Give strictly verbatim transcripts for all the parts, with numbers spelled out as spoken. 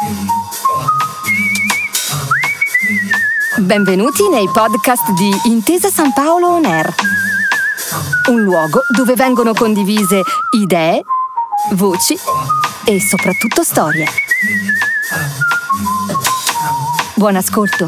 Benvenuti nei podcast di Intesa San Paolo On Air, un luogo dove vengono condivise idee, voci e soprattutto storie. Buon ascolto.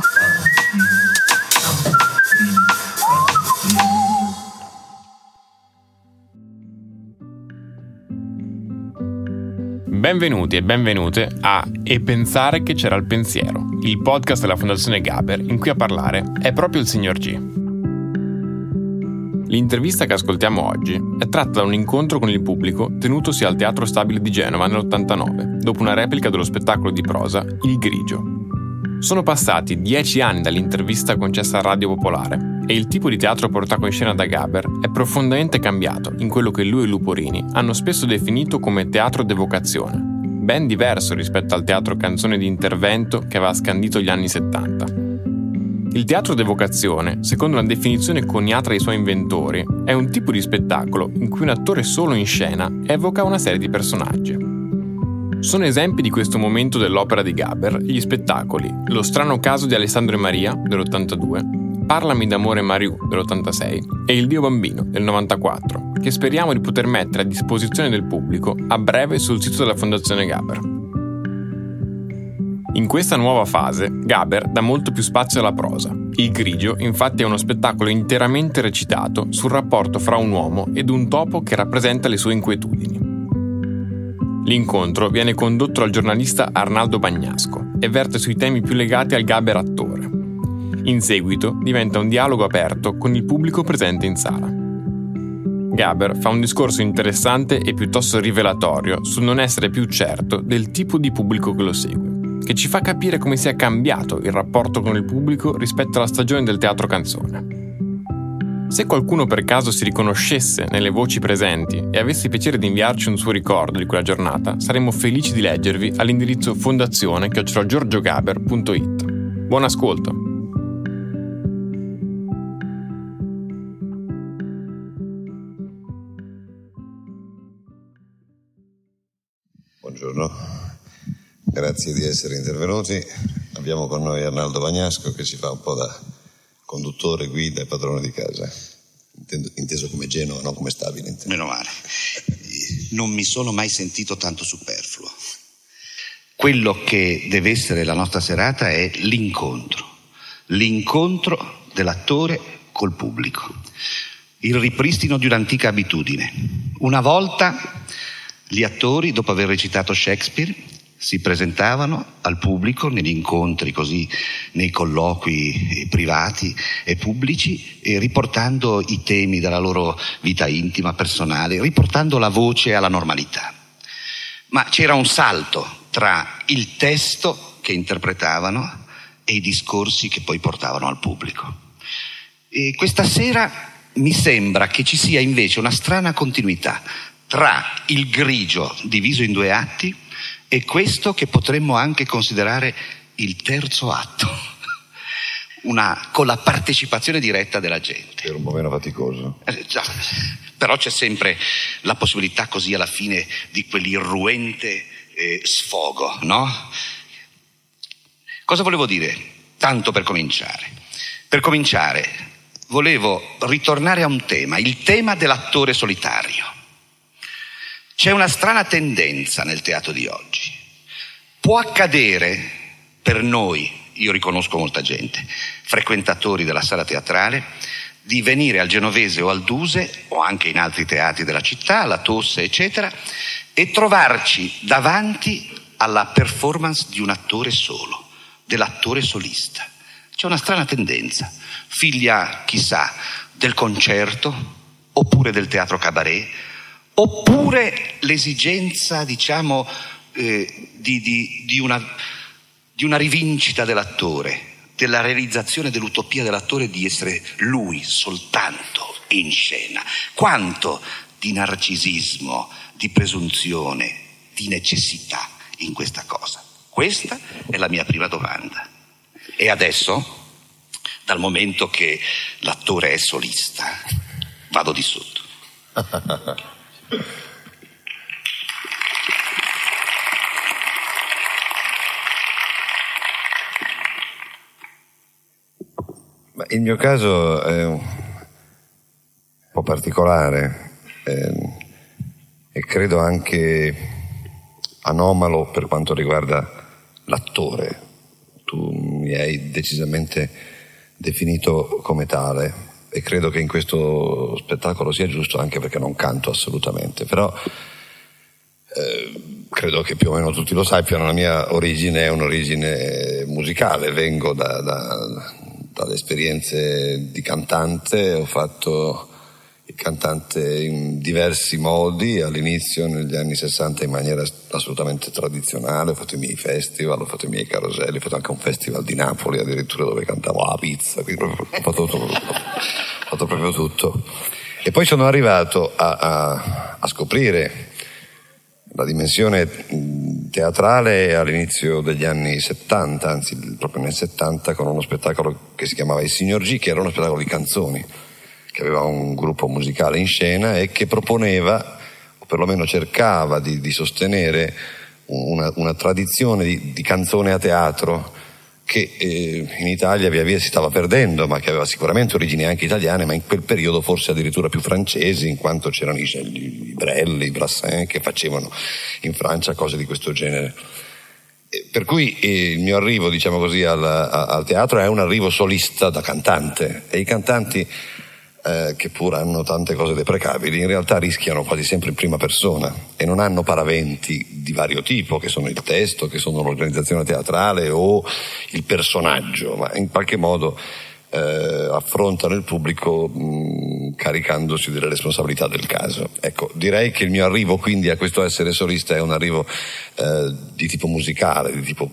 Benvenuti e benvenute a E pensare che c'era il pensiero, il podcast della Fondazione Gaber in cui a parlare è proprio il signor G. L'intervista che ascoltiamo oggi è tratta da un incontro con il pubblico tenutosi al Teatro Stabile di Genova nell'ottantanove, dopo una replica dello spettacolo di prosa Il Grigio. Sono passati dieci anni dall'intervista concessa a Radio Popolare e il tipo di teatro portato in scena da Gaber è profondamente cambiato in quello che lui e Luporini hanno spesso definito come teatro d'evocazione, ben diverso rispetto al teatro canzone di intervento che aveva scandito gli anni settanta. Il teatro d'evocazione, secondo una definizione coniata dai suoi inventori, è un tipo di spettacolo in cui un attore solo in scena evoca una serie di personaggi. Sono esempi di questo momento dell'opera di Gaber gli spettacoli Lo strano caso di Alessandro e Maria dell'ottantadue, Parlami d'amore Mariù dell'ottantasei e Il Dio bambino del novantaquattro, che speriamo di poter mettere a disposizione del pubblico a breve sul sito della Fondazione Gaber. In questa nuova fase, Gaber dà molto più spazio alla prosa. Il Grigio, infatti, è uno spettacolo interamente recitato sul rapporto fra un uomo ed un topo che rappresenta le sue inquietudini. L'incontro viene condotto dal giornalista Arnaldo Bagnasco e verte sui temi più legati al Gaber attore. In seguito diventa un dialogo aperto con il pubblico presente in sala. Gaber fa un discorso interessante e piuttosto rivelatorio sul non essere più certo del tipo di pubblico che lo segue, che ci fa capire come sia cambiato il rapporto con il pubblico rispetto alla stagione del teatro canzone. Se qualcuno per caso si riconoscesse nelle voci presenti e avesse il piacere di inviarci un suo ricordo di quella giornata, saremmo felici di leggervi all'indirizzo fondazione chiocciola giorgiogaber punto it. Buon ascolto! Buongiorno, grazie di essere intervenuti. Abbiamo con noi Arnaldo Bagnasco che si fa un po' da conduttore, guida e padrone di casa, Intendo, inteso come Genova, non come stabile. Intendo. Meno male, non mi sono mai sentito tanto superfluo. Quello che deve essere la nostra serata è l'incontro, l'incontro dell'attore col pubblico, il ripristino di un'antica abitudine. Una volta gli attori, dopo aver recitato Shakespeare, si presentavano al pubblico negli incontri, così nei colloqui privati e pubblici, e riportando i temi della loro vita intima, personale, riportando la voce alla normalità. Ma c'era un salto tra il testo che interpretavano e i discorsi che poi portavano al pubblico. E questa sera mi sembra che ci sia invece una strana continuità tra il Grigio diviso in due atti e questo che potremmo anche considerare il terzo atto, una, con la partecipazione diretta della gente. Per un po' meno faticoso. Eh, già, però c'è sempre la possibilità così alla fine di quell'irruente eh, sfogo, no? Cosa volevo dire? Tanto per cominciare. Per cominciare, volevo ritornare a un tema, il tema dell'attore solitario. C'è una strana tendenza nel teatro di oggi. Può accadere per noi, io riconosco molta gente, frequentatori della sala teatrale, di venire al Genovese o al Duse o anche in altri teatri della città, alla Tosse, eccetera, e trovarci davanti alla performance di un attore solo, dell'attore solista. C'è una strana tendenza, figlia, chissà, del concerto oppure del teatro cabaret, oppure l'esigenza, diciamo, eh, di, di, di, una, di una rivincita dell'attore, della realizzazione dell'utopia dell'attore di essere lui soltanto in scena. Quanto di narcisismo, di presunzione, di necessità in questa cosa? Questa è la mia prima domanda. E adesso, dal momento che l'attore è solista, vado di sotto. il mio caso è un po' particolare eh, e credo anche anomalo per quanto riguarda l'attore. Tu mi hai decisamente definito come tale e credo che in questo spettacolo sia giusto, anche perché non canto assolutamente, però eh, credo che più o meno tutti lo sappiano, la mia origine è un'origine musicale, vengo da, da, dalle esperienze di cantante, ho fatto il cantante in diversi modi, all'inizio negli anni sessanta in maniera assolutamente tradizionale, ho fatto i miei festival, ho fatto i miei caroselli, ho fatto anche un festival di Napoli addirittura dove cantavo la pizza, quindi proprio, ho, fatto tutto, ho fatto proprio tutto. E poi sono arrivato a, a, a scoprire la dimensione teatrale all'inizio degli anni settanta, anzi proprio nel settanta, con uno spettacolo che si chiamava Il Signor G, che era uno spettacolo di canzoni, che aveva un gruppo musicale in scena e che proponeva, o perlomeno cercava di, di sostenere, una, una tradizione di, di canzone a teatro che eh, in Italia via via si stava perdendo, ma che aveva sicuramente origini anche italiane, ma in quel periodo forse addirittura più francesi, in quanto c'erano i, i Brel, i Brassens che facevano in Francia cose di questo genere. E per cui eh, il mio arrivo, diciamo così, al, al teatro è un arrivo solista da cantante, e i cantanti Eh, che pur hanno tante cose deprecabili, in realtà rischiano quasi sempre in prima persona e non hanno paraventi di vario tipo, che sono il testo, che sono l'organizzazione teatrale o il personaggio, ma in qualche modo eh, affrontano il pubblico mh, caricandosi delle responsabilità del caso. Ecco, direi che il mio arrivo quindi a questo essere solista è un arrivo eh, di tipo musicale, di tipo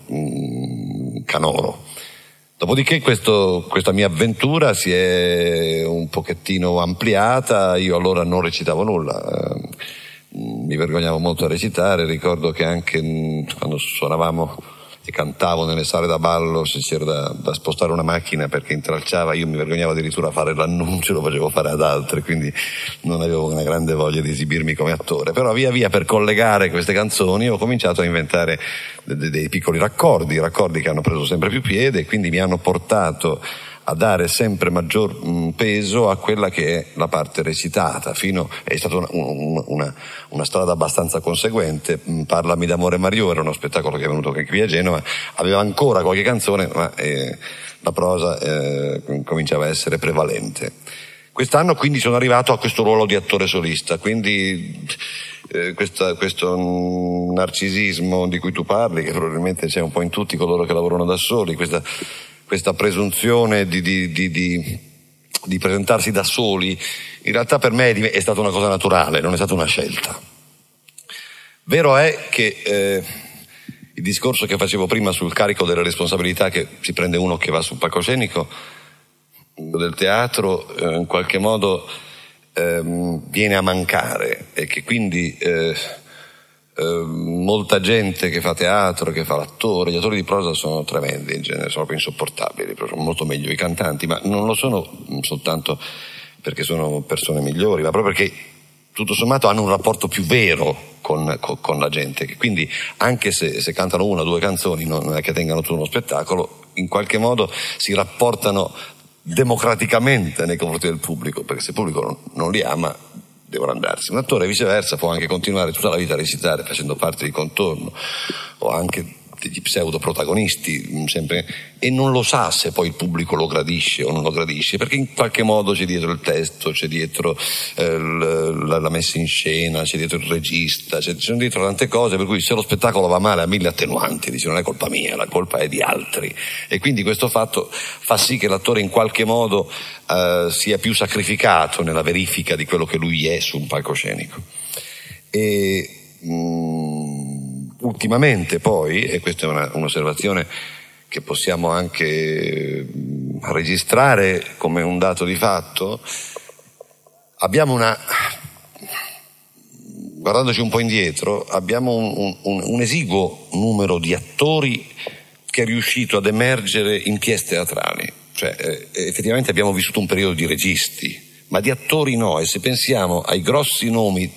mh, canoro. Dopodiché questo, questa mia avventura si è un pochettino ampliata. Io allora non recitavo nulla, eh, mi vergognavo molto a recitare. Ricordo che anche quando suonavamo e cantavo nelle sale da ballo, se c'era da, da spostare una macchina perché intralciava, io mi vergognavo addirittura a fare l'annuncio, lo facevo fare ad altri, quindi non avevo una grande voglia di esibirmi come attore. Però via via, per collegare queste canzoni, ho cominciato a inventare dei, dei piccoli raccordi, raccordi che hanno preso sempre più piede e quindi mi hanno portato a dare sempre maggior mh, peso a quella che è la parte recitata. Fino è stata una, una, una, una strada abbastanza conseguente. Mh, Parlami d'amore Mario era uno spettacolo che è venuto anche qui a Genova, aveva ancora qualche canzone, ma eh, la prosa eh, cominciava a essere prevalente. Quest'anno quindi sono arrivato a questo ruolo di attore solista, quindi eh, questa, questo narcisismo di cui tu parli, che probabilmente c'è un po' in tutti coloro che lavorano da soli, questa questa presunzione di, di, di, di, di presentarsi da soli, in realtà per me è stata una cosa naturale, non è stata una scelta. Vero è che eh, il discorso che facevo prima sul carico delle responsabilità che si prende uno che va sul palcoscenico del teatro eh, in qualche modo eh, viene a mancare, e che quindi eh, Uh, molta gente che fa teatro, che fa l'attore, gli attori di prosa sono tremendi in genere, sono proprio insopportabili, sono molto meglio i cantanti, ma non lo sono soltanto perché sono persone migliori, ma proprio perché tutto sommato hanno un rapporto più vero con, con, con la gente, che quindi anche se, se cantano una o due canzoni, non è che tengano tutto uno spettacolo, in qualche modo si rapportano democraticamente nei confronti del pubblico, perché se il pubblico non, non li ama devono andarsi. Un attore viceversa può anche continuare tutta la vita a recitare facendo parte di contorno o anche degli pseudo protagonisti sempre, e non lo sa se poi il pubblico lo gradisce o non lo gradisce, perché in qualche modo c'è dietro il testo, c'è dietro eh, la, la messa in scena, c'è dietro il regista, c'è, c'è dietro tante cose, per cui se lo spettacolo va male ha mille attenuanti, dice non è colpa mia, la colpa è di altri, e quindi questo fatto fa sì che l'attore in qualche modo eh, sia più sacrificato nella verifica di quello che lui è su un palcoscenico. E mh, ultimamente poi, e questa è una, un'osservazione che possiamo anche registrare come un dato di fatto, abbiamo una, guardandoci un po' indietro, abbiamo un, un, un esiguo numero di attori che è riuscito ad emergere in pièce teatrali, cioè eh, effettivamente abbiamo vissuto un periodo di registi, ma di attori no, e se pensiamo ai grossi nomi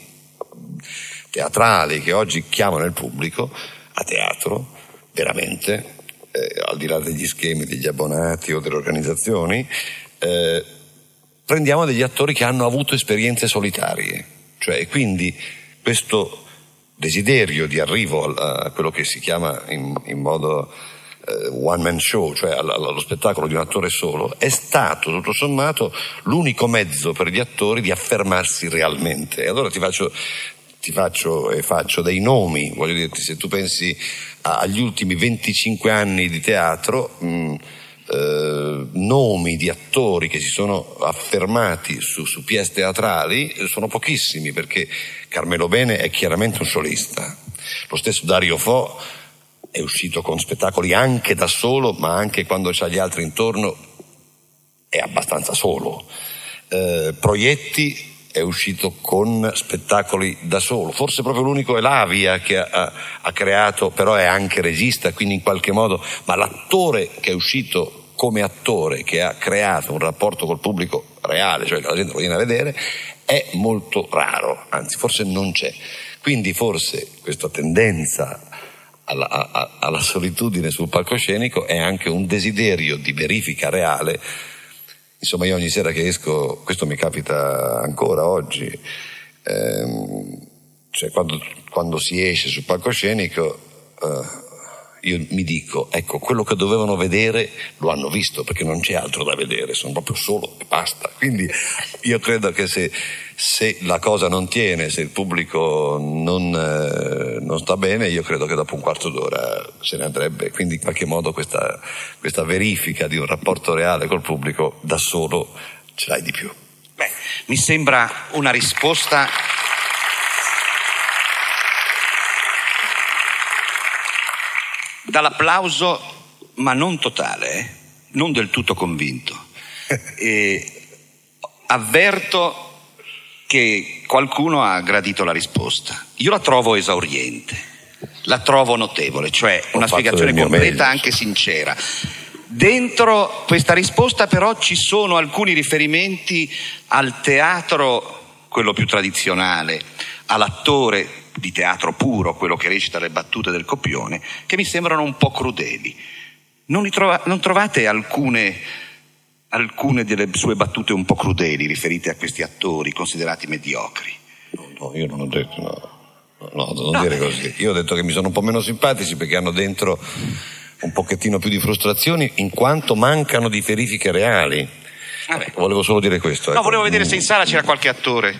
teatrali che oggi chiamano il pubblico a teatro, veramente, eh, al di là degli schemi degli abbonati o delle organizzazioni, eh, prendiamo degli attori che hanno avuto esperienze solitarie, cioè quindi questo desiderio di arrivo a, a quello che si chiama in, in modo eh, one man show, cioè allo spettacolo di un attore solo, è stato tutto sommato l'unico mezzo per gli attori di affermarsi realmente. E allora ti faccio ti faccio e faccio dei nomi, voglio dirti, se tu pensi agli ultimi venticinque anni di teatro, mh, eh, nomi di attori che si sono affermati su, su pièce teatrali sono pochissimi, perché Carmelo Bene è chiaramente un solista, lo stesso Dario Fo è uscito con spettacoli anche da solo, ma anche quando c'ha gli altri intorno è abbastanza solo. eh, Proietti è uscito con spettacoli da solo, forse proprio l'unico è Lavia che ha, ha, ha creato, però è anche regista, quindi in qualche modo, ma l'attore che è uscito come attore, che ha creato un rapporto col pubblico reale, cioè che la gente lo viene a vedere, è molto raro, anzi forse non c'è. Quindi forse questa tendenza alla, a, alla solitudine sul palcoscenico è anche un desiderio di verifica reale. Insomma, io ogni sera che esco, questo mi capita ancora oggi, ehm, cioè quando, quando si esce sul palcoscenico, eh, io mi dico, ecco, quello che dovevano vedere lo hanno visto, perché non c'è altro da vedere, sono proprio solo e basta. Quindi io credo che se, se la cosa non tiene, se il pubblico non, eh, non sta bene, io credo che dopo un quarto d'ora se ne andrebbe. Quindi in qualche modo questa, questa verifica di un rapporto reale col pubblico da solo ce l'hai di più. Beh, mi sembra una risposta dall'applauso, ma non totale, eh? Non del tutto convinto. E avverto che qualcuno ha gradito la risposta. Io la trovo esauriente, la trovo notevole, cioè una spiegazione completa, anche sincera. Dentro questa risposta però ci sono alcuni riferimenti al teatro, quello più tradizionale, all'attore di teatro puro, quello che recita le battute del copione, che mi sembrano un po' crudeli. Non, li trova, non trovate alcune, alcune delle sue battute un po' crudeli riferite a questi attori considerati mediocri? No, no, io non ho detto, no, no, non no. dire così. Io ho detto che mi sono un po' meno simpatici perché hanno dentro un pochettino più di frustrazioni, in quanto mancano di verifiche reali. Vabbè. Volevo solo dire questo. No, ecco. Volevo vedere se in sala c'era qualche attore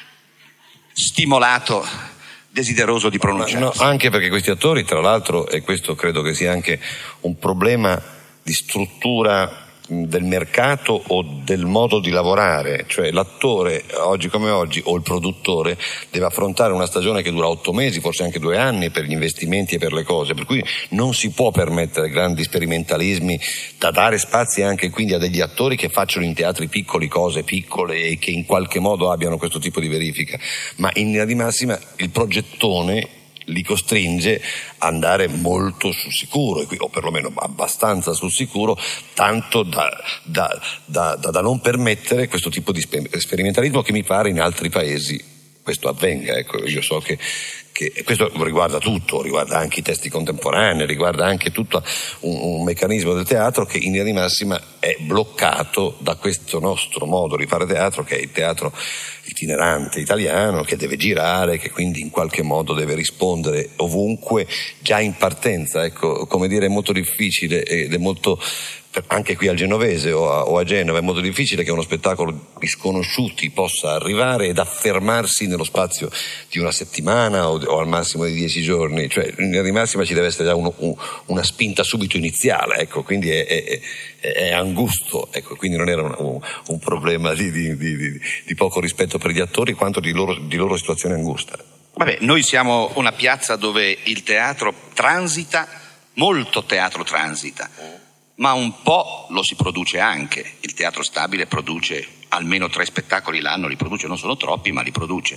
stimolato, desideroso di pronunciarsi. No, anche perché questi attori, tra l'altro, e questo credo che sia anche un problema di struttura del mercato o del modo di lavorare, cioè l'attore oggi come oggi o il produttore deve affrontare una stagione che dura otto mesi, forse anche due anni per gli investimenti e per le cose, per cui non si può permettere grandi sperimentalismi, da dare spazi anche quindi a degli attori che facciano in teatri piccoli cose piccole e che in qualche modo abbiano questo tipo di verifica, ma in linea di massima il progettone li costringe ad andare molto sul sicuro, o perlomeno abbastanza sul sicuro, tanto da, da, da, da, da non permettere questo tipo di sperimentalismo che mi pare in altri paesi questo avvenga. Ecco, io so che, che questo riguarda tutto, riguarda anche i testi contemporanei, riguarda anche tutto un, un meccanismo del teatro che in linea di massima è bloccato da questo nostro modo di fare teatro, che è il teatro itinerante italiano, che deve girare, che quindi in qualche modo deve rispondere ovunque già in partenza. Ecco, come dire, è molto difficile ed è molto, anche qui al Genovese o a, o a Genova è molto difficile che uno spettacolo di sconosciuti possa arrivare ed affermarsi nello spazio di una settimana o, o al massimo di dieci giorni, cioè in linea di massima ci deve essere già uno, un, una spinta subito iniziale, ecco, quindi è, è, è, è angusto, ecco, quindi non era un, un problema di, di, di, di poco rispetto per gli attori quanto di loro, di loro situazione angusta. Vabbè, noi siamo una piazza dove il teatro transita, molto teatro transita, ma un po' lo si produce anche. Il Teatro Stabile produce almeno tre spettacoli l'anno, li produce, non sono troppi, ma li produce.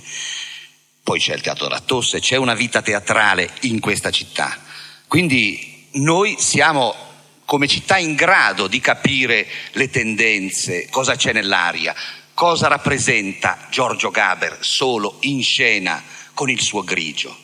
Poi c'è il Teatro della Tosse, c'è una vita teatrale in questa città. Quindi noi siamo come città in grado di capire le tendenze, cosa c'è nell'aria, cosa rappresenta Giorgio Gaber solo in scena con il suo grigio.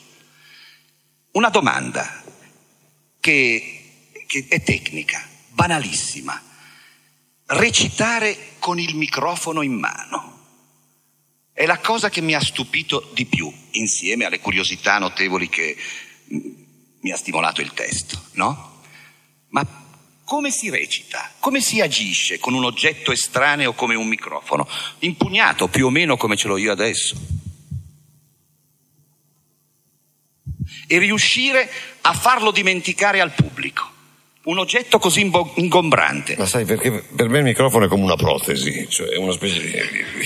Una domanda che, che è tecnica, banalissima. recitare con il microfono in mano. È la cosa che mi ha stupito di più, insieme alle curiosità notevoli che mi ha stimolato il testo, no? Ma come si recita? Come si agisce con un oggetto estraneo come un microfono, impugnato più o meno come ce l'ho io adesso? E riuscire a farlo dimenticare al pubblico. Un oggetto così imbo- ingombrante. Ma sai, perché per me il microfono è come una protesi, cioè una specie di...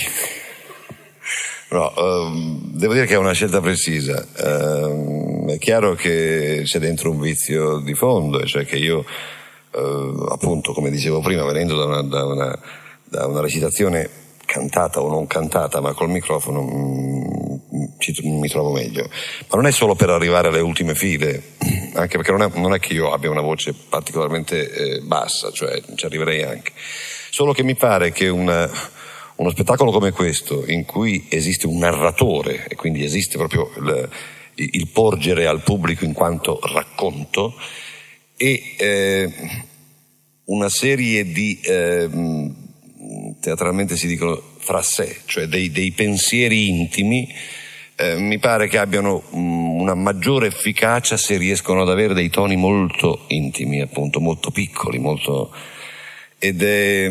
No, um, devo dire che è una scelta precisa. Um, è chiaro che c'è dentro un vizio di fondo, e cioè che io, uh, appunto, come dicevo prima, venendo da una, da una, da una recitazione cantata o non cantata, ma col microfono mm, ci, mi trovo meglio. Ma non è solo per arrivare alle ultime file, anche perché non è, non è che io abbia una voce particolarmente eh, bassa, cioè ci arriverei anche. Solo che mi pare che una... Uno spettacolo come questo, in cui esiste un narratore, e quindi esiste proprio il, il porgere al pubblico in quanto racconto, e eh, una serie di, eh, teatralmente si dicono fra sé, cioè dei, dei pensieri intimi, eh, mi pare che abbiano una maggiore efficacia se riescono ad avere dei toni molto intimi, appunto, molto piccoli, molto... ed è...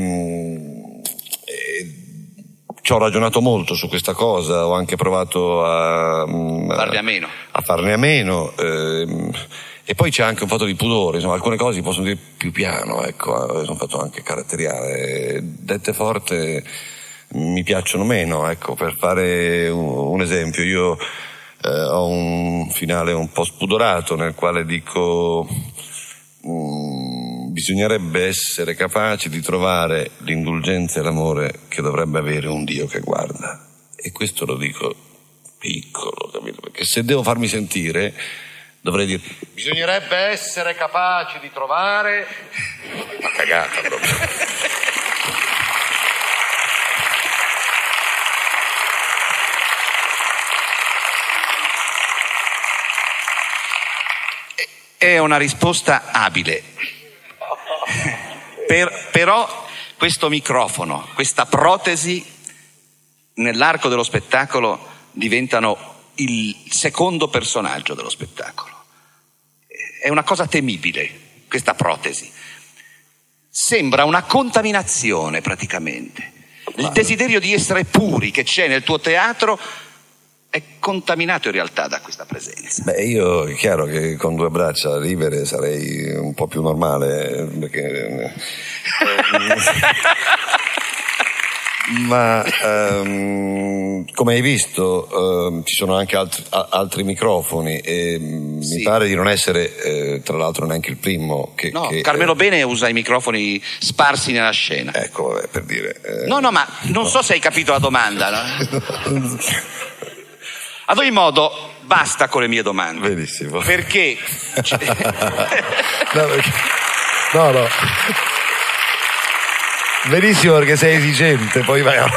Ci ho ragionato molto su questa cosa, ho anche provato a, a farne a meno, a farne a meno ehm, e poi c'è anche un fatto di pudore, insomma, alcune cose si possono dire più piano, ecco, sono fatto anche caratteriale, dette forte mi piacciono meno, ecco, per fare un, un esempio, io eh, ho un finale un po' spudorato nel quale dico mm, bisognerebbe essere capaci di trovare l'indulgenza e l'amore che dovrebbe avere un Dio che guarda, e questo lo dico piccolo, capito? Perché se devo farmi sentire dovrei dire bisognerebbe essere capaci di trovare una cagata proprio. È una risposta abile, per, però questo microfono, questa protesi nell'arco dello spettacolo diventano il secondo personaggio dello spettacolo. È una cosa temibile, questa protesi. Sembra una contaminazione praticamente. Il desiderio di essere puri che c'è nel tuo teatro è contaminato in realtà da questa presenza. Beh, io è chiaro che con due braccia libere sarei un po' più normale, perché ma um, come hai visto um, ci sono anche altri, a, altri microfoni e sì. Mi pare di non essere eh, tra l'altro neanche il primo che, no, che, Carmelo eh, Bene usa i microfoni sparsi nella scena. Ecco, vabbè, per dire eh, no no ma non no. so se hai capito la domanda, no? Ad ogni modo, basta con le mie domande. Benissimo. Perché? no, perché... no, no. Benissimo, perché sei esigente, poi vai a...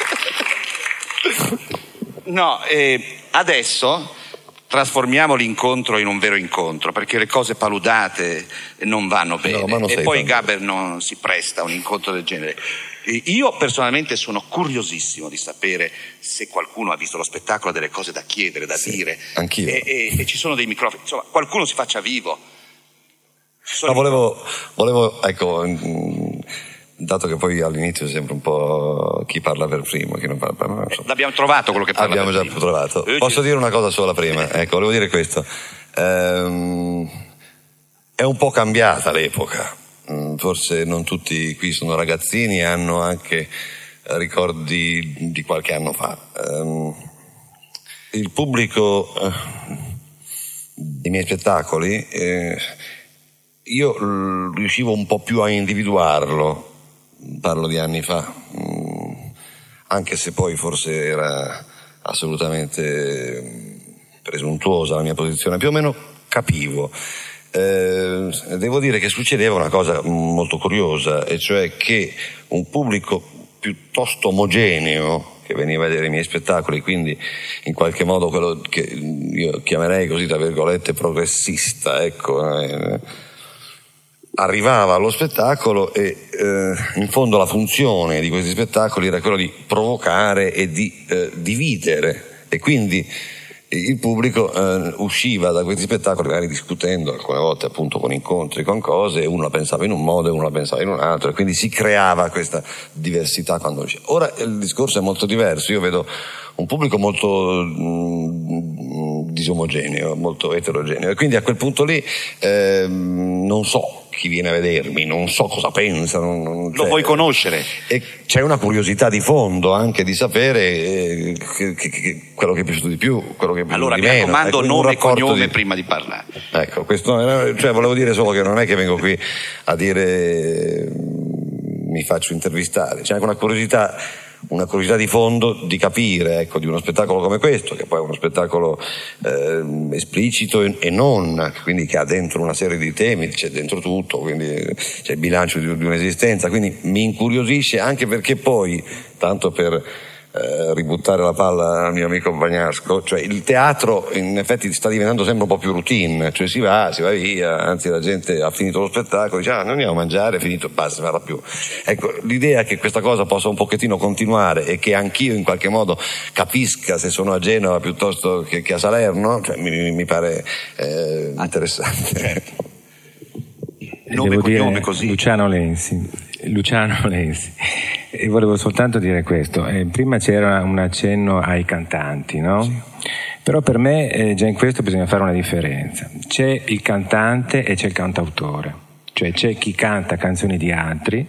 No, eh, adesso trasformiamo l'incontro in un vero incontro, perché le cose paludate non vanno bene. No, non e poi tanto. Gaber non si presta a un incontro del genere. Io personalmente sono curiosissimo di sapere se qualcuno ha visto lo spettacolo, ha delle cose da chiedere, da sì, dire. Anch'io. E, e, e ci sono dei microfoni, insomma, qualcuno si faccia vivo. No, volevo, volevo, ecco, dato che poi all'inizio è sempre un po' chi parla per primo, chi non parla per primo. Eh, l'abbiamo trovato quello che parla Abbiamo per già primo. trovato. Eh, Posso dire una cosa sola prima? Ecco, volevo dire questo. Ehm, è un po' cambiata l'epoca. Forse non tutti qui sono ragazzini e hanno anche ricordi di qualche anno fa. Um, il pubblico uh, dei miei spettacoli, eh, io l- riuscivo un po' più a individuarlo, parlo di anni fa, um, anche se poi forse era assolutamente presuntuosa la mia posizione, più o meno capivo. Eh, devo dire che succedeva una cosa molto curiosa, e cioè che un pubblico piuttosto omogeneo che veniva a vedere i miei spettacoli, quindi in qualche modo quello che io chiamerei così tra virgolette progressista, ecco, eh, arrivava allo spettacolo e eh, in fondo la funzione di questi spettacoli era quello di provocare e di eh, dividere, e quindi il pubblico eh, usciva da questi spettacoli magari discutendo, alcune volte appunto con incontri, con cose, e uno la pensava in un modo e uno la pensava in un altro, e quindi si creava questa diversità quando usciva. Ora il discorso è molto diverso, io vedo un pubblico molto mh, disomogeneo, molto eterogeneo, e quindi a quel punto lì eh, non so chi viene a vedermi, non so cosa pensa, non, non, lo vuoi conoscere, e c'è una curiosità di fondo anche di sapere eh, che, che, che, quello che è piaciuto di più, quello che è piaciuto allora di mi meno. raccomando, ecco, nome e cognome di... prima di parlare. Ecco, questo era, cioè volevo dire solo che non è che vengo qui a dire mi faccio intervistare, c'è anche una curiosità una curiosità di fondo di capire, ecco, di uno spettacolo come questo, che poi è uno spettacolo eh, esplicito e, e non, quindi che ha dentro una serie di temi, c'è dentro tutto, quindi c'è il bilancio di, di un'esistenza, quindi mi incuriosisce anche perché poi, tanto per eh, ributtare la palla al mio amico Bagnasco, cioè il teatro in effetti sta diventando sempre un po' più routine, cioè si va, si va via, anzi la gente ha finito lo spettacolo, dice ah non andiamo a mangiare, è finito, basta, non farà più. Ecco, l'idea che questa cosa possa un pochettino continuare e che anch'io in qualche modo capisca se sono a Genova piuttosto che, che a Salerno, cioè, mi, mi pare eh, interessante. Nome e cognome così. Luciano Lenzi, Luciano Lenzi. E volevo soltanto dire questo, eh, prima c'era un accenno ai cantanti, no? Sì. Però per me eh, già in questo bisogna fare una differenza. C'è il cantante e c'è il cantautore, cioè c'è chi canta canzoni di altri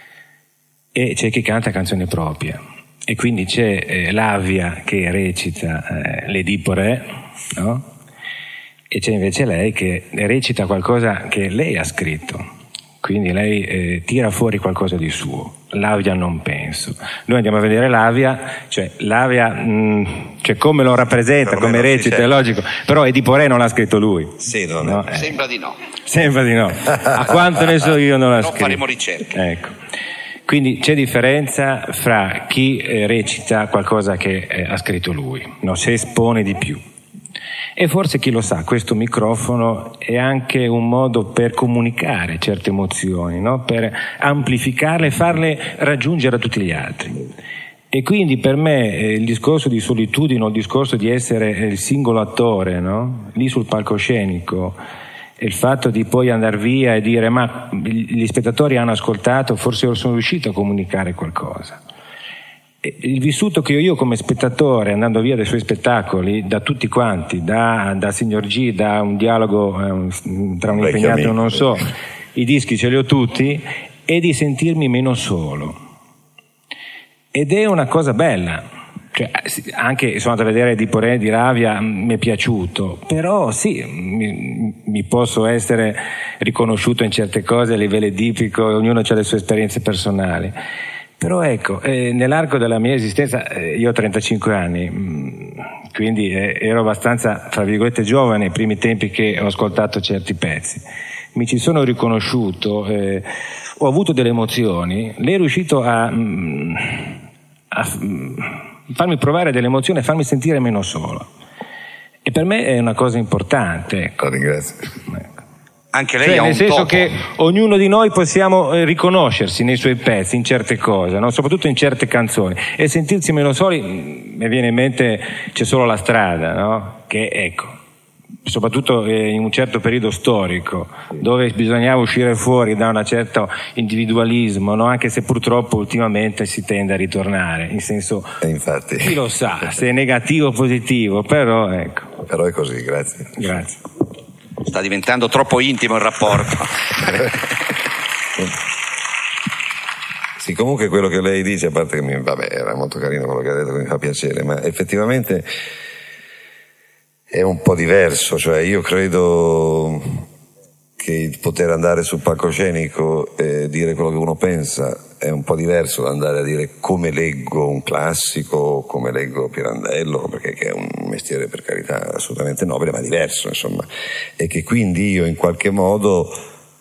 e c'è chi canta canzoni proprie. E quindi c'è eh, Lavia che recita eh, l'Edipo Re, no? E c'è invece lei che recita qualcosa che lei ha scritto. Quindi lei eh, tira fuori qualcosa di suo. Lavia non penso. Noi andiamo a vedere Lavia, cioè Lavia, mh, cioè come lo rappresenta, per come recita, è logico. Però Edipo Re non l'ha scritto lui. Sì, non no? è. Eh. Sembra di no. Sembra di no. A quanto ne so io non l'ha non scritto. Faremo ricerche. Ecco. Quindi c'è differenza fra chi eh, recita qualcosa che eh, ha scritto lui, no? Se espone di più. E forse, chi lo sa, questo microfono è anche un modo per comunicare certe emozioni, no? Per amplificarle e farle raggiungere a tutti gli altri. E quindi per me eh, il discorso di solitudine, il discorso di essere eh, il singolo attore, no? Lì sul palcoscenico, e il fatto di poi andare via e dire ma gli spettatori hanno ascoltato, forse sono riuscito a comunicare qualcosa. Il vissuto che ho io come spettatore andando via dai suoi spettacoli, da tutti quanti, da, da Signor G, da un dialogo eh, tra un impegnato e un non so, i dischi ce li ho tutti, è di sentirmi meno solo. Ed è una cosa bella. Cioè, anche sono andato a vedere Edipo Re di Lavia, mi è piaciuto, però sì, mi, mi posso essere riconosciuto in certe cose a livello edipico, ognuno ha le sue esperienze personali. Però ecco, eh, nell'arco della mia esistenza, eh, io ho trentacinque anni, mh, quindi eh, ero abbastanza, tra virgolette, giovane ai primi tempi che ho ascoltato certi pezzi. Mi ci sono riconosciuto, eh, ho avuto delle emozioni, lei è riuscito a, mh, a mh, farmi provare delle emozioni e farmi sentire meno solo. E per me è una cosa importante. Ecco. Oh, ringrazio. Ecco. Anche lei cioè, ha nel un senso topo. che ognuno di noi possiamo eh, riconoscersi nei suoi pezzi, in certe cose, no? Soprattutto in certe canzoni, e sentirsi meno soli. Mi viene in mente C'è solo la strada, no? Che ecco, soprattutto eh, in un certo periodo storico dove bisognava uscire fuori da un certo individualismo, no? Anche se purtroppo ultimamente si tende a ritornare, in senso, e infatti, chi lo sa se è negativo o positivo, però ecco. Però è così, grazie. Grazie. Sta diventando troppo intimo il rapporto. Sì, comunque quello che lei dice, a parte che mi, vabbè, era molto carino quello che ha detto, che mi fa piacere, ma effettivamente è un po' diverso, cioè io credo che il poter andare sul palcoscenico e dire quello che uno pensa è un po' diverso da andare a dire come leggo un classico, come leggo Pirandello, perché che è un mestiere, per carità, assolutamente nobile, ma diverso, insomma, e che quindi io in qualche modo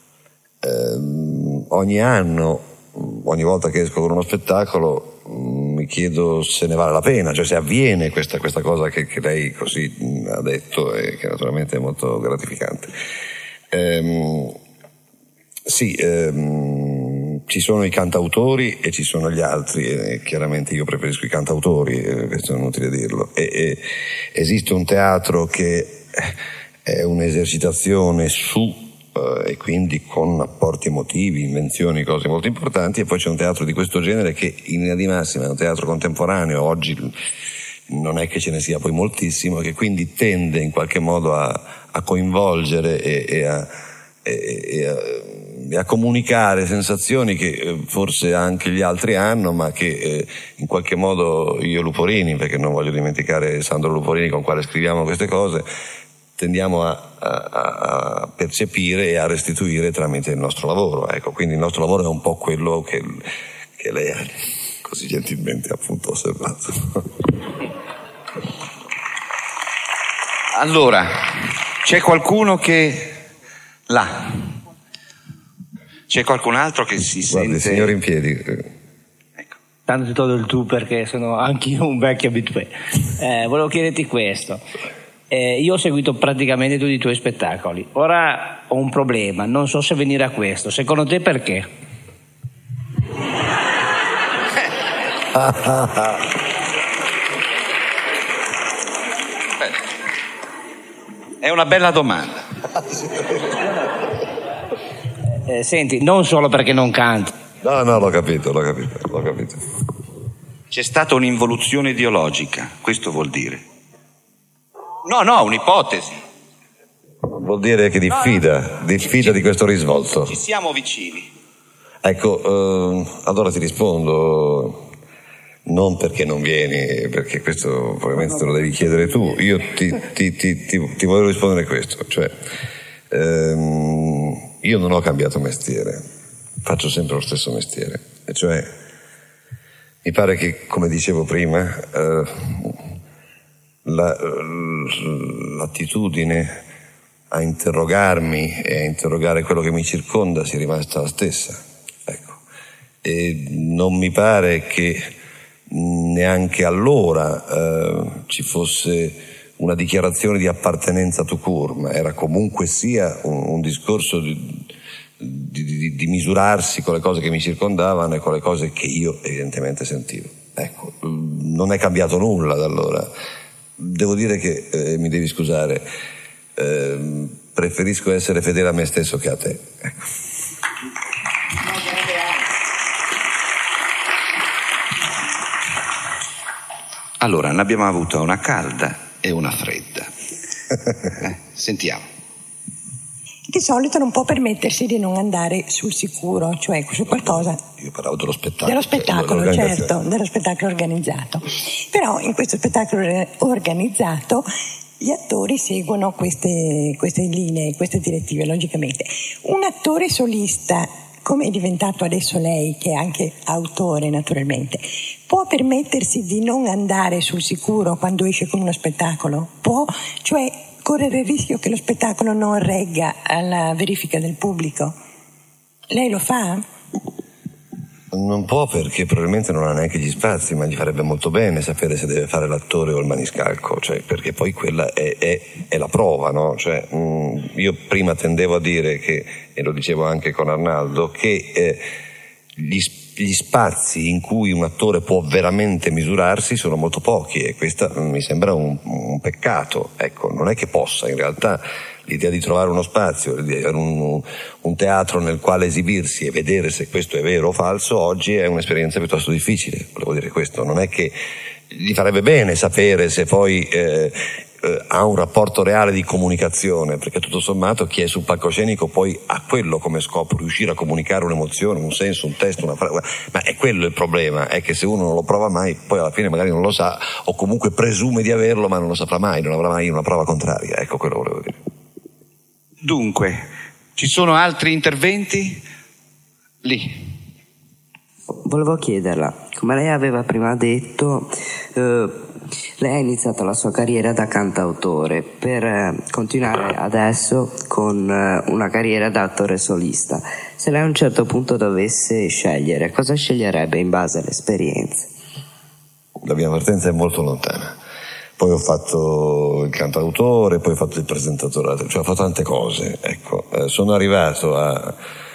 ehm, ogni anno, ogni volta che esco con uno spettacolo, mi chiedo se ne vale la pena, cioè se avviene questa, questa cosa che, che lei così ha detto e che naturalmente è molto gratificante. Ehm, sì, ehm, ci sono i cantautori e ci sono gli altri, e chiaramente io preferisco i cantautori, eh, questo è inutile dirlo. E, e esiste un teatro che è un'esercitazione su eh, e quindi con apporti emotivi, invenzioni, cose molto importanti, e poi c'è un teatro di questo genere che in linea di massima è un teatro contemporaneo, oggi non è che ce ne sia poi moltissimo, che quindi tende in qualche modo a, a coinvolgere e, e, a, e, e, a, e a comunicare sensazioni che forse anche gli altri hanno, ma che eh, in qualche modo io e Luporini, perché non voglio dimenticare Sandro Luporini con quale scriviamo queste cose, tendiamo a, a, a percepire e a restituire tramite il nostro lavoro. Ecco, quindi il nostro lavoro è un po' quello che, che lei ha così gentilmente appunto osservato. Allora, c'è qualcuno che là, c'è qualcun altro che si Guardi, sente... signore in piedi. Ecco. Tanto ti tolgo il tu perché sono anch'io un vecchio abitué. Eh, volevo chiederti questo. Eh, io ho seguito praticamente tutti i tuoi spettacoli. Ora ho un problema, non so se venire a questo. Secondo te perché? È una bella domanda. Eh, senti, non solo perché non canti. No, no, l'ho capito, l'ho capito, l'ho capito. C'è stata un'involuzione ideologica, questo vuol dire. No, no, un'ipotesi. Vuol dire che diffida, diffida di questo risvolto. Ci siamo vicini. Ecco, eh, allora ti rispondo, non perché non vieni, perché questo probabilmente te lo devi chiedere tu. Io ti, ti, ti, ti, ti voglio rispondere questo, cioè ehm, io non ho cambiato mestiere, faccio sempre lo stesso mestiere, e cioè mi pare che, come dicevo prima, eh, la, l'attitudine a interrogarmi e a interrogare quello che mi circonda sia rimasta la stessa, ecco. E non mi pare che neanche allora eh, ci fosse una dichiarazione di appartenenza tout court, ma era comunque sia un, un discorso di, di, di, di misurarsi con le cose che mi circondavano e con le cose che io evidentemente sentivo. Ecco, non è cambiato nulla da allora. Devo dire che, eh, mi devi scusare, eh, preferisco essere fedele a me stesso che a te. Ecco. Allora, ne abbiamo avuta una calda e una fredda. Eh, sentiamo. Di solito non può permettersi di non andare sul sicuro, cioè su qualcosa. Io parlavo dello spettacolo. Dello spettacolo, certo, dello spettacolo organizzato. Però in questo spettacolo organizzato gli attori seguono queste, queste linee, queste direttive, logicamente. Un attore solista, come è diventato adesso lei, che è anche autore naturalmente, può permettersi di non andare sul sicuro quando esce con uno spettacolo? Può, cioè correre il rischio che lo spettacolo non regga alla verifica del pubblico? Lei lo fa? Non può, perché probabilmente non ha neanche gli spazi, ma gli farebbe molto bene sapere se deve fare l'attore o il maniscalco, cioè, perché poi quella è, è, è la prova, no? Cioè, mh, io prima tendevo a dire che, e lo dicevo anche con Arnaldo, che eh, gli, gli spazi in cui un attore può veramente misurarsi sono molto pochi, e questo mi sembra un, un peccato. Ecco, non è che possa, in realtà l'idea di trovare uno spazio, di avere un, un teatro nel quale esibirsi e vedere se questo è vero o falso, oggi è un'esperienza piuttosto difficile. Volevo dire questo, non è che gli farebbe bene sapere se poi eh, eh, ha un rapporto reale di comunicazione, perché tutto sommato chi è sul palcoscenico poi ha quello come scopo, riuscire a comunicare un'emozione, un senso, un testo, una frase, ma è quello il problema, è che se uno non lo prova mai, poi alla fine magari non lo sa, o comunque presume di averlo ma non lo saprà mai, non avrà mai una prova contraria. Ecco, quello volevo dire. Dunque, ci sono altri interventi? Lì. Volevo chiederla, come lei aveva prima detto, eh, lei ha iniziato la sua carriera da cantautore per eh, continuare adesso con eh, una carriera da attore solista. Se lei a un certo punto dovesse scegliere, cosa sceglierebbe in base all'esperienza? La mia partenza è molto lontana. Poi ho fatto il cantautore, poi ho fatto il presentatore, cioè ho fatto tante cose, ecco. Eh, sono arrivato a,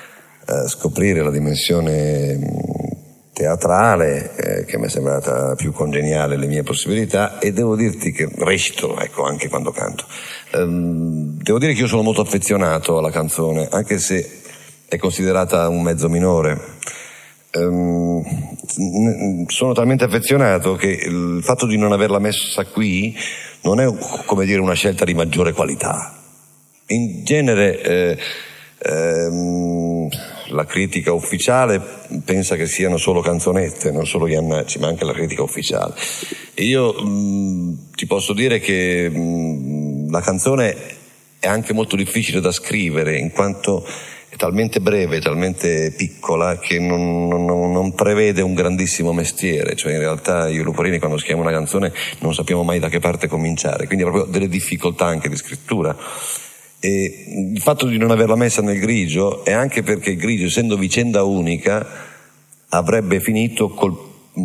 eh, scoprire la dimensione teatrale eh, che mi è sembrata più congeniale alle mie possibilità, e devo dirti che recito, ecco, anche quando canto. Ehm, devo dire che io sono molto affezionato alla canzone, anche se è considerata un mezzo minore. Ehm, sono talmente affezionato che il fatto di non averla messa qui non è, come dire, una scelta di maggiore qualità. In genere eh, ehm, la critica ufficiale pensa che siano solo canzonette, non solo gli annacci, ma anche la critica ufficiale. E io mh, ti posso dire che mh, la canzone è anche molto difficile da scrivere, in quanto è talmente breve, talmente piccola, che non, non, non prevede un grandissimo mestiere. Cioè, in realtà io e Luporini, quando scriviamo una canzone, non sappiamo mai da che parte cominciare, quindi ha proprio delle difficoltà anche di scrittura. E il fatto di non averla messa nel grigio è anche perché il grigio, essendo vicenda unica, avrebbe finito col,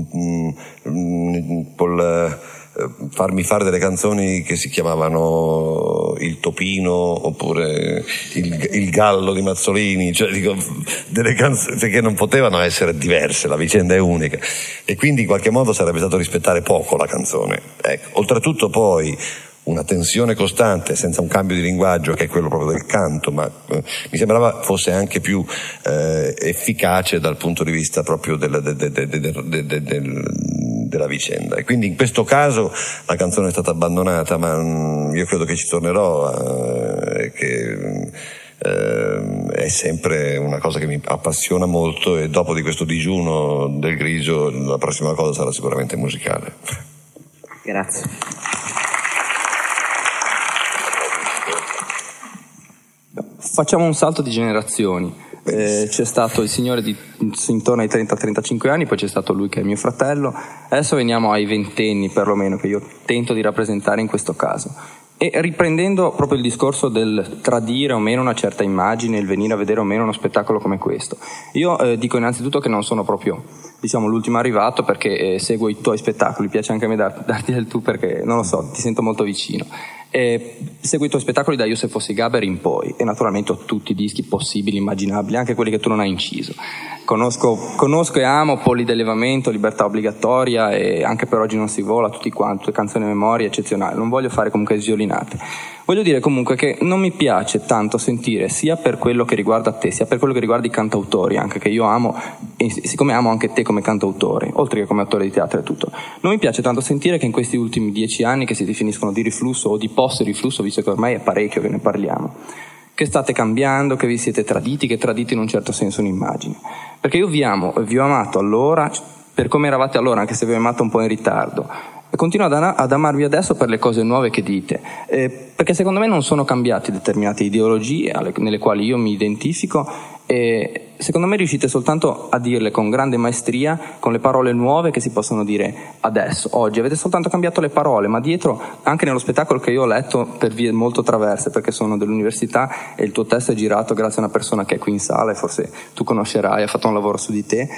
col farmi fare delle canzoni che si chiamavano Il Topino oppure Il, il Gallo di Mazzolini, cioè dico, delle canzoni che non potevano essere diverse, la vicenda è unica, e quindi in qualche modo sarebbe stato rispettare poco la canzone. Ecco. Oltretutto poi una tensione costante senza un cambio di linguaggio, che è quello proprio del canto, ma eh, mi sembrava fosse anche più eh, efficace dal punto di vista proprio del, del, del, del, del, del, della vicenda. E quindi in questo caso la canzone è stata abbandonata, ma mh, io credo che ci tornerò, eh, che eh, è sempre una cosa che mi appassiona molto, e dopo di questo digiuno del grigio la prossima cosa sarà sicuramente musicale. Grazie. Facciamo un salto di generazioni. Eh, c'è stato il signore di intorno ai trenta trentacinque anni, poi c'è stato lui che è mio fratello, adesso veniamo ai ventenni perlomeno, che io tento di rappresentare in questo caso. E riprendendo proprio il discorso del tradire o meno una certa immagine, il venire a vedere o meno uno spettacolo come questo, io eh, dico innanzitutto che non sono proprio, diciamo, l'ultimo arrivato, perché eh, seguo i tuoi spettacoli, piace anche a me dar, darti del tu, perché non lo so, ti sento molto vicino. Eh, seguo i tuoi spettacoli da Io se fossi Gaber in poi, e naturalmente ho tutti i dischi possibili, immaginabili, anche quelli che tu non hai inciso. Conosco, conosco e amo Polidellevamento, Libertà Obbligatoria e Anche per oggi non si vola, tutti quanti, tutte canzoni a memoria eccezionali. Non voglio fare comunque sviolinate. Voglio dire comunque che non mi piace tanto sentire, sia per quello che riguarda te, sia per quello che riguarda i cantautori, anche che io amo, e siccome amo anche te come cantautore, oltre che come attore di teatro e tutto, non mi piace tanto sentire che in questi ultimi dieci anni, che si definiscono di riflusso o di post-riflusso, visto che ormai è parecchio che ne parliamo, che state cambiando, che vi siete traditi, che tradite in un certo senso un'immagine. Perché io vi amo, vi ho amato allora, per come eravate allora, anche se vi ho amato un po' in ritardo, e continuo ad, ad amarvi adesso per le cose nuove che dite, eh, perché secondo me non sono cambiate determinate ideologie alle, nelle quali io mi identifico, e secondo me riuscite soltanto a dirle con grande maestria, con le parole nuove che si possono dire adesso, oggi. Avete soltanto cambiato le parole, ma dietro, anche nello spettacolo che io ho letto per vie molto traverse, perché sono dell'università, e il tuo testo è girato grazie a una persona che è qui in sala, e forse tu conoscerai, ha fatto un lavoro su di te,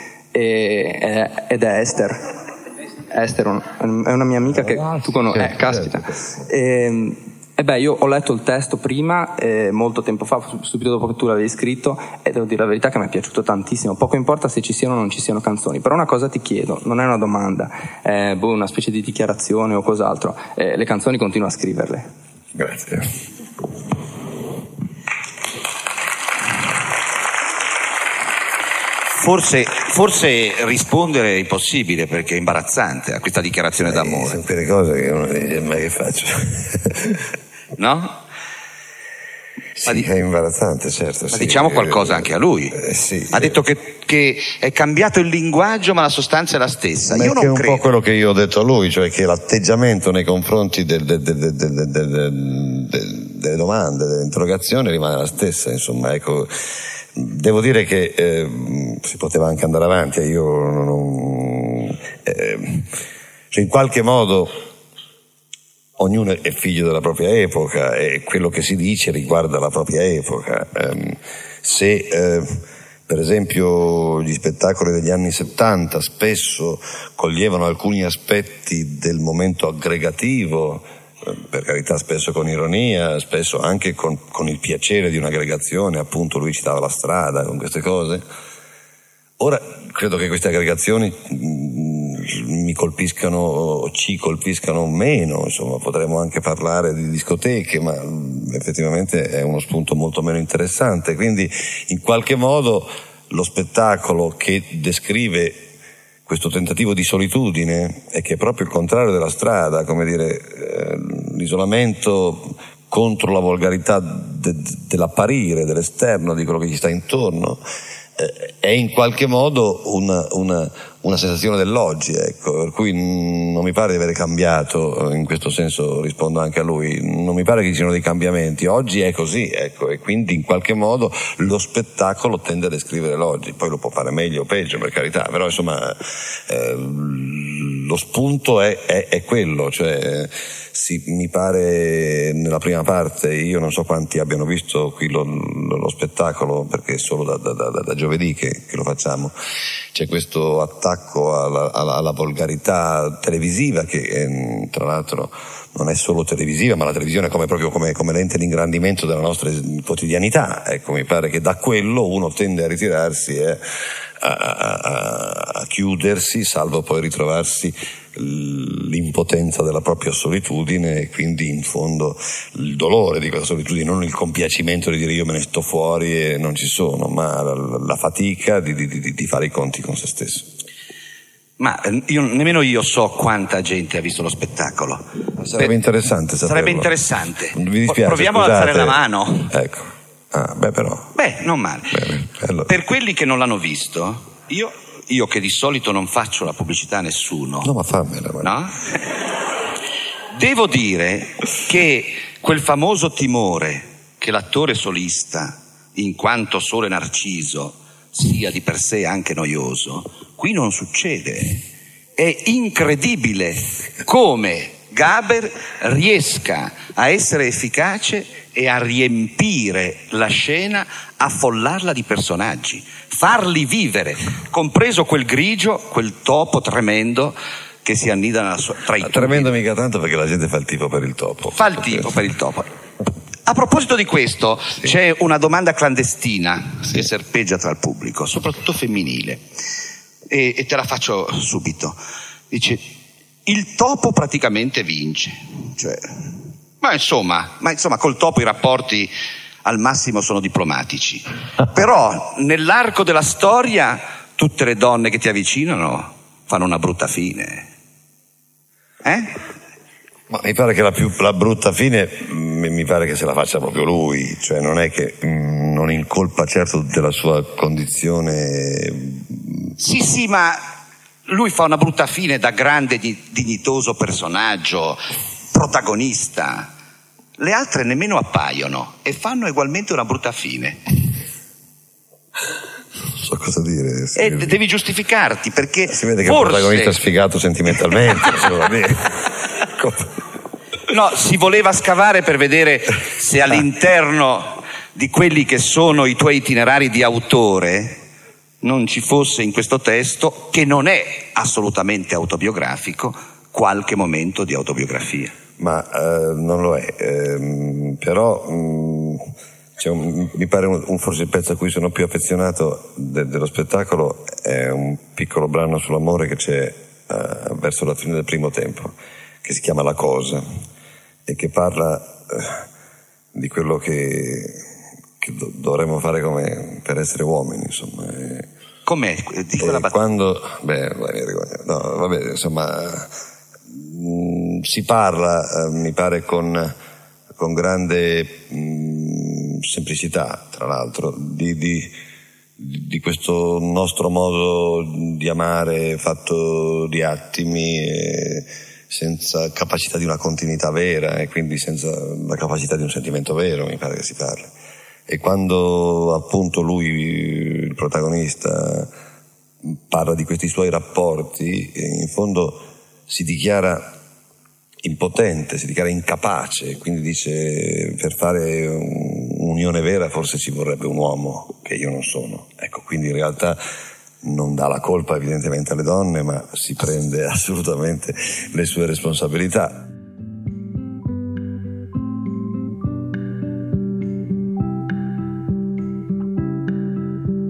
e, ed è Esther. Esther è una mia amica che tu conosci, eh, caspita. E, e beh, io ho letto il testo prima, eh, molto tempo fa, subito dopo che tu l'avevi scritto, e devo dire la verità che mi è piaciuto tantissimo. Poco importa se ci siano o non ci siano canzoni, però una cosa ti chiedo, non è una domanda, è boh, una specie di dichiarazione o cos'altro, eh, le canzoni continuo a scriverle. Grazie. Forse, forse rispondere è impossibile, perché è imbarazzante a questa dichiarazione eh, d'amore. Sono quelle cose che uno dice, ma che faccio? No? Sì, di... è imbarazzante, certo. Ma sì. diciamo qualcosa anche a lui. Eh, sì, ha detto che, che è cambiato il linguaggio, ma la sostanza è la stessa. Ma io è non che è un credo. po' quello che io ho detto a lui, cioè che l'atteggiamento nei confronti del, del, del, del, del, del, delle domande, delle interrogazioni rimane la stessa, insomma, ecco. Devo dire che eh, si poteva anche andare avanti, io non, eh, cioè in qualche modo ognuno è figlio della propria epoca, e quello che si dice riguarda la propria epoca. Eh, se eh, per esempio gli spettacoli degli anni settanta spesso coglievano alcuni aspetti del momento aggregativo, per carità spesso con ironia, spesso anche con, con il piacere di un'aggregazione, appunto lui citava la strada, con queste cose. Ora credo che queste aggregazioni mh, mi colpiscano o ci colpiscano meno, insomma potremmo anche parlare di discoteche, ma mh, effettivamente è uno spunto molto meno interessante, quindi in qualche modo lo spettacolo che descrive questo tentativo di solitudine e che è proprio il contrario della strada, come dire, eh, l'isolamento contro la volgarità de- dell'apparire, dell'esterno, di quello che gli sta intorno, eh, è in qualche modo una, una, una sensazione dell'oggi, ecco, per cui non mi pare di avere cambiato, in questo senso rispondo anche a lui, non mi pare che ci siano dei cambiamenti, oggi è così, ecco, e quindi in qualche modo lo spettacolo tende a descrivere l'oggi, poi lo può fare meglio o peggio, per carità, però insomma eh, lo spunto è, è, è quello, cioè sì, mi pare nella prima parte, io non so quanti abbiano visto qui lo, lo, lo spettacolo, perché è solo da, da, da, da giovedì che, che lo facciamo, c'è questo attacco alla, alla, alla volgarità televisiva che eh, tra l'altro non è solo televisiva, ma la televisione è come, proprio come, come lente di ingrandimento della nostra quotidianità, ecco, mi pare che da quello uno tende a ritirarsi e a, a, a, a chiudersi, salvo poi ritrovarsi l'impotenza della propria solitudine e quindi in fondo il dolore di questa solitudine, non il compiacimento di dire io me ne sto fuori e non ci sono, ma la, la fatica di, di, di fare i conti con se stesso. Ma io, nemmeno io so quanta gente ha visto lo spettacolo. Sarebbe Beh, interessante saperlo. Sarebbe interessante. Mi dispiace, proviamo scusate. ad alzare la mano. Ecco. Ah, beh però. Beh, non male. Bene, allora. Per quelli che non l'hanno visto, io Io che di solito non faccio la pubblicità a nessuno. No, ma fammela. Ma... No? Devo dire che quel famoso timore che l'attore solista, in quanto solo Narciso, sia di per sé anche noioso, qui non succede. È incredibile come Gaber riesca a essere efficace e a riempire la scena, affollarla di personaggi, farli vivere, compreso quel grigio, quel topo tremendo che si annida nella sua, tra i tubi. Tremendo mica tanto, perché la gente fa il tifo per il topo. Fa il tifo per il topo. A proposito di questo, sì. C'è una domanda clandestina sì. che serpeggia tra il pubblico, soprattutto femminile, e, e te la faccio subito. Dice: il topo praticamente vince, cioè, ma insomma, ma insomma col topo i rapporti al massimo sono diplomatici, però nell'arco della storia tutte le donne che ti avvicinano fanno una brutta fine, eh? Ma mi pare che la, più, la brutta fine mi pare che se la faccia proprio lui, cioè non è che mh, non incolpa certo della sua condizione. Sì sì, ma lui fa una brutta fine da grande dignitoso personaggio, protagonista. Le altre nemmeno appaiono e fanno ugualmente una brutta fine. Non so cosa dire. Si e vede. Devi giustificarti, perché si vede che forse... è un protagonista sfigato sentimentalmente. No, si voleva scavare per vedere se all'interno di quelli che sono i tuoi itinerari di autore non ci fosse in questo testo, che non è assolutamente autobiografico, qualche momento di autobiografia. Ma eh, non lo è, eh, però mh, c'è un, mi pare un, un, forse il pezzo a cui sono più affezionato de, dello spettacolo è un piccolo brano sull'amore che c'è eh, verso la fine del primo tempo, che si chiama La Cosa e che parla eh, di quello che, che do, dovremmo fare come per essere uomini, insomma. E, com'è? Dico la bat- quando, beh, mi vergogno, no, vabbè, insomma, mh, si parla, eh, mi pare con, con grande mh, semplicità, tra l'altro, di, di, di questo nostro modo di amare fatto di attimi, e senza capacità di una continuità vera e quindi senza la capacità di un sentimento vero, mi pare che si parli. E quando appunto lui, il protagonista, parla di questi suoi rapporti, in fondo si dichiara impotente, si dichiara incapace, quindi dice: per fare un'unione vera forse ci vorrebbe un uomo che io non sono. Ecco, quindi in realtà non dà la colpa evidentemente alle donne, ma si prende assolutamente le sue responsabilità.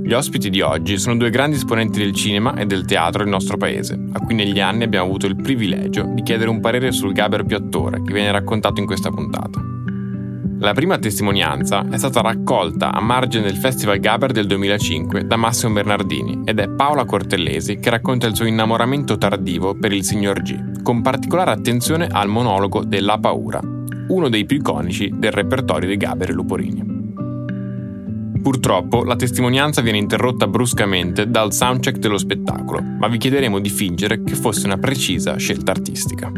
Gli ospiti di oggi sono due grandi esponenti del cinema e del teatro del nostro paese, a cui negli anni abbiamo avuto il privilegio di chiedere un parere sul Gaber più attore che viene raccontato in questa puntata. La prima testimonianza è stata raccolta a margine del Festival Gaber del duemilacinque da Massimo Bernardini ed è Paola Cortellesi che racconta il suo innamoramento tardivo per il signor G, con particolare attenzione al monologo della paura, uno dei più iconici del repertorio di Gaber e Luporini. Purtroppo la testimonianza viene interrotta bruscamente dal soundcheck dello spettacolo, ma vi chiederemo di fingere che fosse una precisa scelta artistica.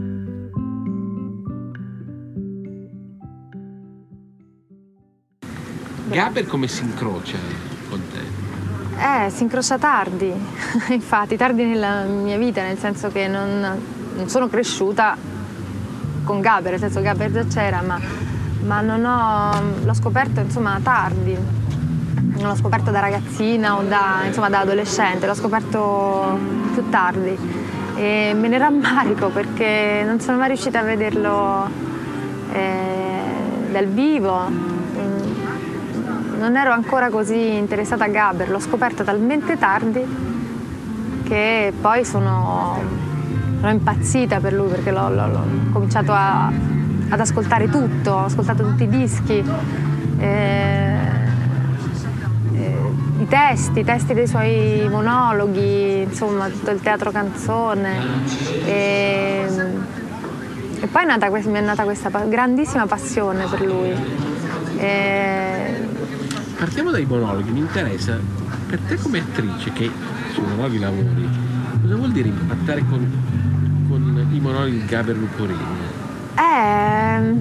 Gaber come si incrocia con te? Eh, si incrocia tardi, infatti, tardi nella mia vita, nel senso che non, non sono cresciuta con Gaber, nel senso che Gaber già c'era, ma, ma non ho, l'ho scoperto insomma tardi, non l'ho scoperto da ragazzina o da, insomma, da adolescente, l'ho scoperto più tardi e me ne rammarico perché non sono mai riuscita a vederlo eh, dal vivo. Non ero ancora così interessata a Gaber, l'ho scoperto talmente tardi che poi sono, sono impazzita per lui perché l'ho, l'ho, l'ho cominciato a, ad ascoltare tutto, ho ascoltato tutti i dischi, eh, eh, i testi, i testi dei suoi monologhi, insomma tutto il teatro canzone. E, e poi è nata, mi è nata questa grandissima passione per lui. E, Partiamo dai monologhi, mi interessa, per te come attrice che sui monologhi lavori, cosa vuol dire impattare con, con i monologhi di Gaber Luporini? Eh,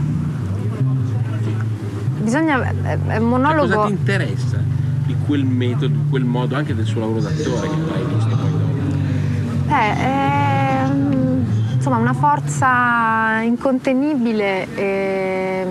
bisogna, è un monologo... Cioè, cosa ti interessa di quel metodo, di quel modo, anche del suo lavoro d'attore che avrai visto poi dopo? Eh, è, insomma, una forza incontenibile e...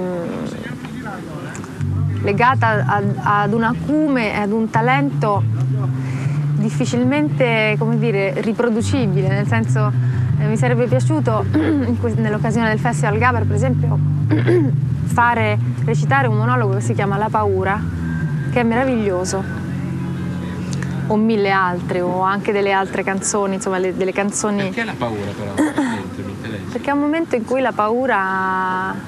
legata ad, ad un acume e ad un talento difficilmente, come dire, riproducibile, nel senso eh, mi sarebbe piaciuto in que- nell'occasione del Festival Gaber, per esempio, fare recitare un monologo che si chiama La paura, che è meraviglioso, o mille altre, o anche delle altre canzoni, insomma le, delle canzoni. Perché la paura però? Mi interessa. Perché è un momento in cui la paura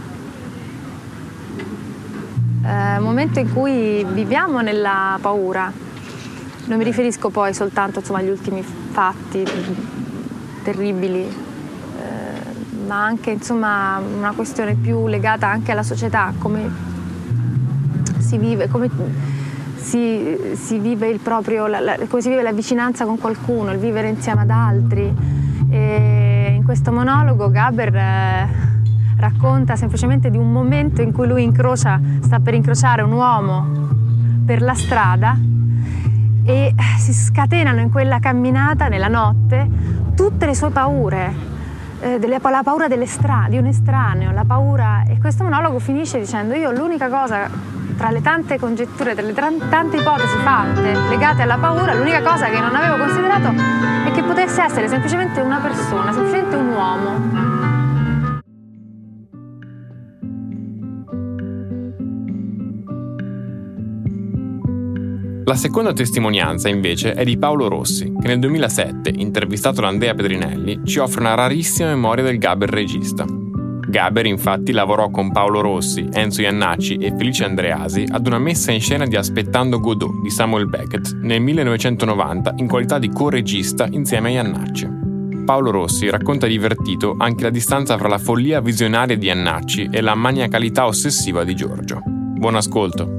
Eh, momento in cui viviamo nella paura. Non mi riferisco poi soltanto insomma, agli ultimi fatti terribili, eh, ma anche insomma una questione più legata anche alla società, come si vive, come si, si vive il proprio, la, la, come si vive la vicinanza con qualcuno, il vivere insieme ad altri. E in questo monologo Gaber eh, racconta semplicemente di un momento in cui lui incrocia, sta per incrociare un uomo per la strada e si scatenano in quella camminata, nella notte, tutte le sue paure, eh, delle, la paura dell'estra, di un estraneo, la paura, e questo monologo finisce dicendo: io l'unica cosa, tra le tante congetture, tra le tante ipotesi fatte legate alla paura, l'unica cosa che non avevo considerato è che potesse essere semplicemente una persona, semplicemente un uomo. La seconda testimonianza, invece, è di Paolo Rossi, che nel duemilasette, intervistato da Andrea Pedrinelli, ci offre una rarissima memoria del Gaber regista. Gaber, infatti, lavorò con Paolo Rossi, Enzo Iannacci e Felice Andreasi ad una messa in scena di Aspettando Godot di Samuel Beckett nel millenovecentonovanta in qualità di co-regista insieme a Iannacci. Paolo Rossi racconta divertito anche la distanza fra la follia visionaria di Iannacci e la maniacalità ossessiva di Giorgio. Buon ascolto!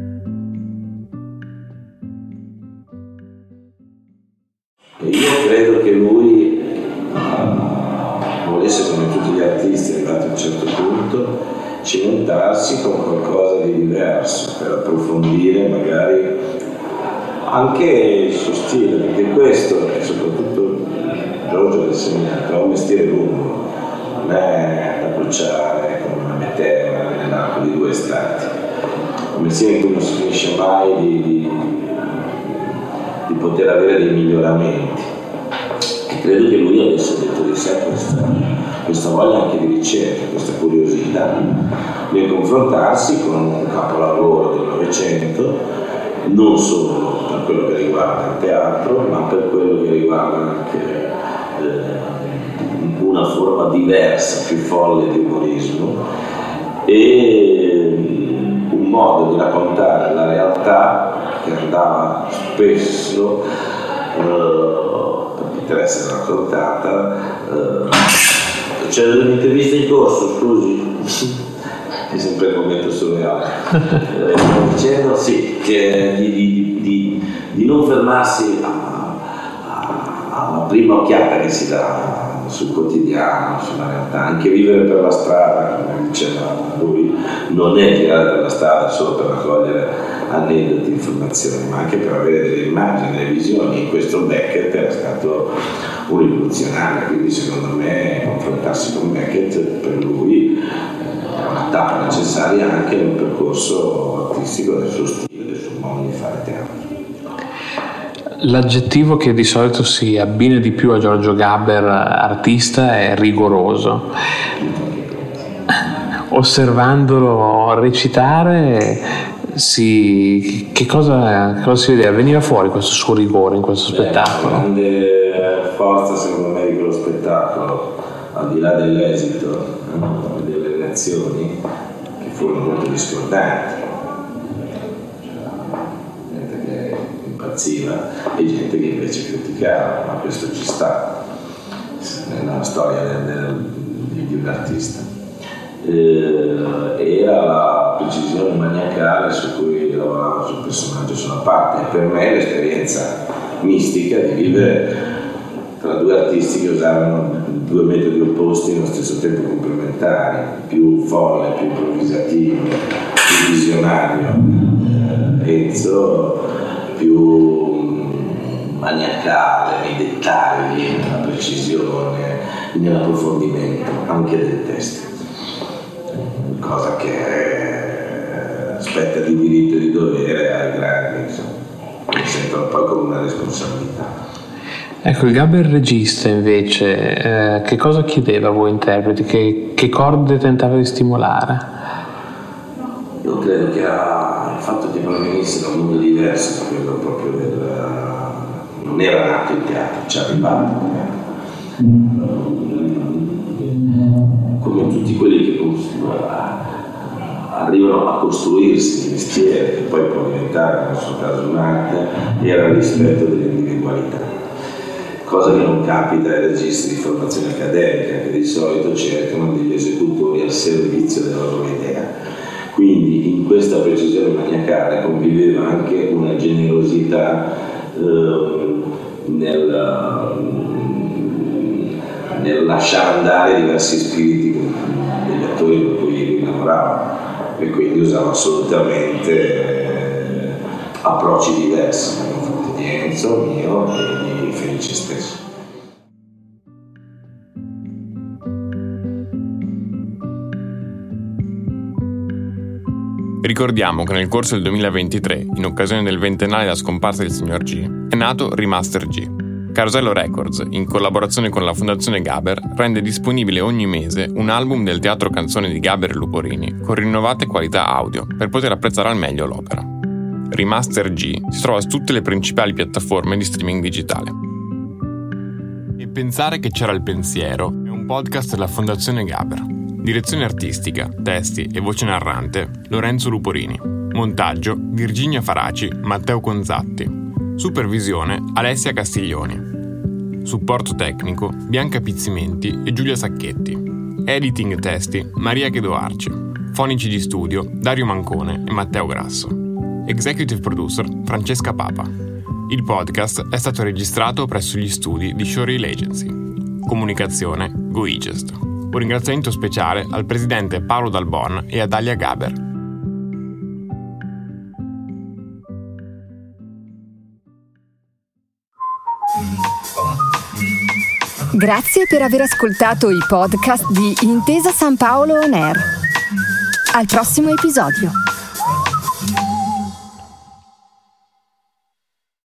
Io credo che lui volesse, come tutti gli artisti arrivati a un certo punto, cimentarsi con qualcosa di diverso per approfondire magari anche il suo stile, perché questo è soprattutto Giorgio ha insegnato, è un mestiere lungo, non è da bruciare come una meteora nell'arco di due estati, un mestiere in cui non si finisce mai di, di di poter avere dei miglioramenti, e credo che lui avesse dentro di sé questa, questa voglia anche di ricerca, questa curiosità nel confrontarsi con un capolavoro del Novecento, non solo dal per quello che riguarda il teatro, ma per quello che riguarda anche eh, una forma diversa, più folle di umorismo, e un modo di raccontare la realtà che andava spesso, eh, per interesse raccontata, eh, c'è un'intervista in corso, scusi? È sempre il momento surreale. Eh, dicendo sì, che di, di, di, di non fermarsi alla prima occhiata che si dà sul quotidiano, sulla realtà, anche vivere per la strada, come diceva lui, non è girare per la strada solo per raccogliere aneddoti, informazioni, ma anche per avere delle immagini, delle visioni. In questo Beckett è stato un rivoluzionario, quindi secondo me confrontarsi con Beckett per lui è una tappa necessaria anche nel percorso artistico del suo stile, del suo modo di fare teatro. L'aggettivo che di solito si abbina di più a Giorgio Gaber, artista, è rigoroso. Osservandolo recitare, si... che cosa, cosa si vedeva? Veniva fuori questo suo rigore in questo spettacolo? La grande forza secondo me di quello spettacolo, al di là dell'esito, no? delle reazioni, che furono molto discordanti. E gente che invece criticava, ma questo ci sta nella storia del, del, di un artista. Eh, era la precisione maniacale su cui lavorava sul personaggio, sulla parte, e per me l'esperienza mistica di vivere tra due artisti che usavano due metodi opposti e allo stesso tempo complementari, più folle, più improvvisativo, più visionario. Eh, Enzo più maniacale nei dettagli, nella precisione, nell'approfondimento anche del testo, cosa che spetta di diritto e di dovere ai grandi, insomma, mi sentono poi come una responsabilità. Ecco, il Gaber regista invece, eh, che cosa chiedeva a voi interpreti? Che, che corde tentava di stimolare? Io credo che ha il fatto che provenisse da un mondo diverso da quello proprio del... non era nato in teatro, ci è arrivato come tutti quelli che arrivano a costruirsi il mestiere, che poi può diventare nel suo caso un'arte, era il rispetto dell'individualità, cosa che non capita ai registi di formazione accademica, che di solito cercano degli esecutori al servizio della loro idea. Quindi in questa precisione maniacale conviveva anche una generosità eh, nel, nel lasciare andare diversi spiriti degli attori con cui lui lavorava, e quindi usava assolutamente eh, approcci diversi nei confronti di Enzo, mio e di Felice stesso. Ricordiamo che nel corso del duemilaventitré, in occasione del ventennale della scomparsa del signor G, è nato Remaster G. Carosello Records, in collaborazione con la Fondazione Gaber, rende disponibile ogni mese un album del teatro canzone di Gaber e Luporini con rinnovate qualità audio per poter apprezzare al meglio l'opera. Remaster G si trova su tutte le principali piattaforme di streaming digitale. E pensare che c'era il pensiero è un podcast della Fondazione Gaber. Direzione artistica, testi e voce narrante Lorenzo Luporini. Montaggio Virginia Faraci, Matteo Conzatti. Supervisione Alessia Castiglioni. Supporto tecnico Bianca Pizzimenti e Giulia Sacchetti. Editing testi Maria Chedoarci. Fonici di studio Dario Mancone e Matteo Grasso. Executive producer Francesca Papa. Il podcast è stato registrato presso gli studi di Showreel Agency. Comunicazione GoEgest. Un ringraziamento speciale al presidente Paolo Dal Bon e a Dalia Gaber. Grazie per aver ascoltato i podcast di Intesa San Paolo On Air. Al prossimo episodio.